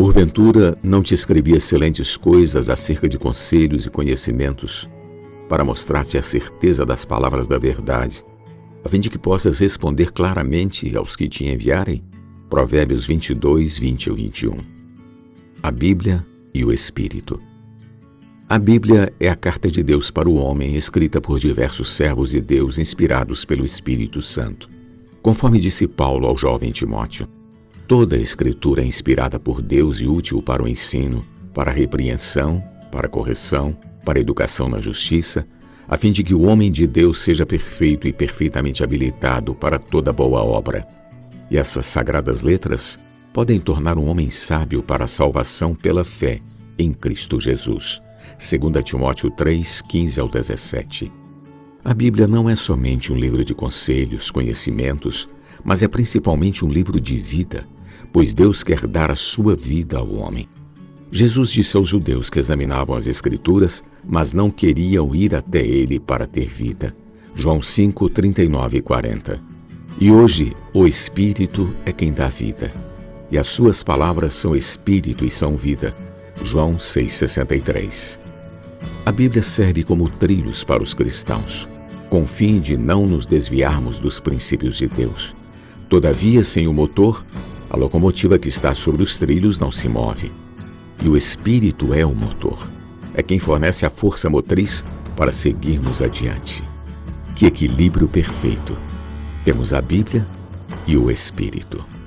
Porventura, não te escrevi excelentes coisas acerca de conselhos e conhecimentos, para mostrar-te a certeza das palavras da verdade, a fim de que possas responder claramente aos que te enviarem? Provérbios 22, 20 ao 21. A Bíblia e o Espírito. A Bíblia é a carta de Deus para o homem, escrita por diversos servos de Deus inspirados pelo Espírito Santo. Conforme disse Paulo ao jovem Timóteo, toda a Escritura é inspirada por Deus e útil para o ensino, para a repreensão, para a correção, para a educação na justiça, a fim de que o homem de Deus seja perfeito e perfeitamente habilitado para toda boa obra. E essas sagradas letras podem tornar um homem sábio para a salvação pela fé em Cristo Jesus. 2 Timóteo 3, 15 ao 17. A Bíblia não é somente um livro de conselhos, conhecimentos, mas é principalmente um livro de vida, pois Deus quer dar a sua vida ao homem. Jesus disse aos judeus que examinavam as Escrituras, mas não queriam ir até ele para ter vida. João 5, 39 e 40. E hoje, o Espírito é quem dá vida, e as suas palavras são Espírito e são vida. João 6, 63. A Bíblia serve como trilhos para os cristãos, com o fim de não nos desviarmos dos princípios de Deus. Todavia, sem o motor, a locomotiva que está sobre os trilhos não se move. E o Espírito é o motor. É quem fornece a força motriz para seguirmos adiante. Que equilíbrio perfeito! Temos a Bíblia e o Espírito.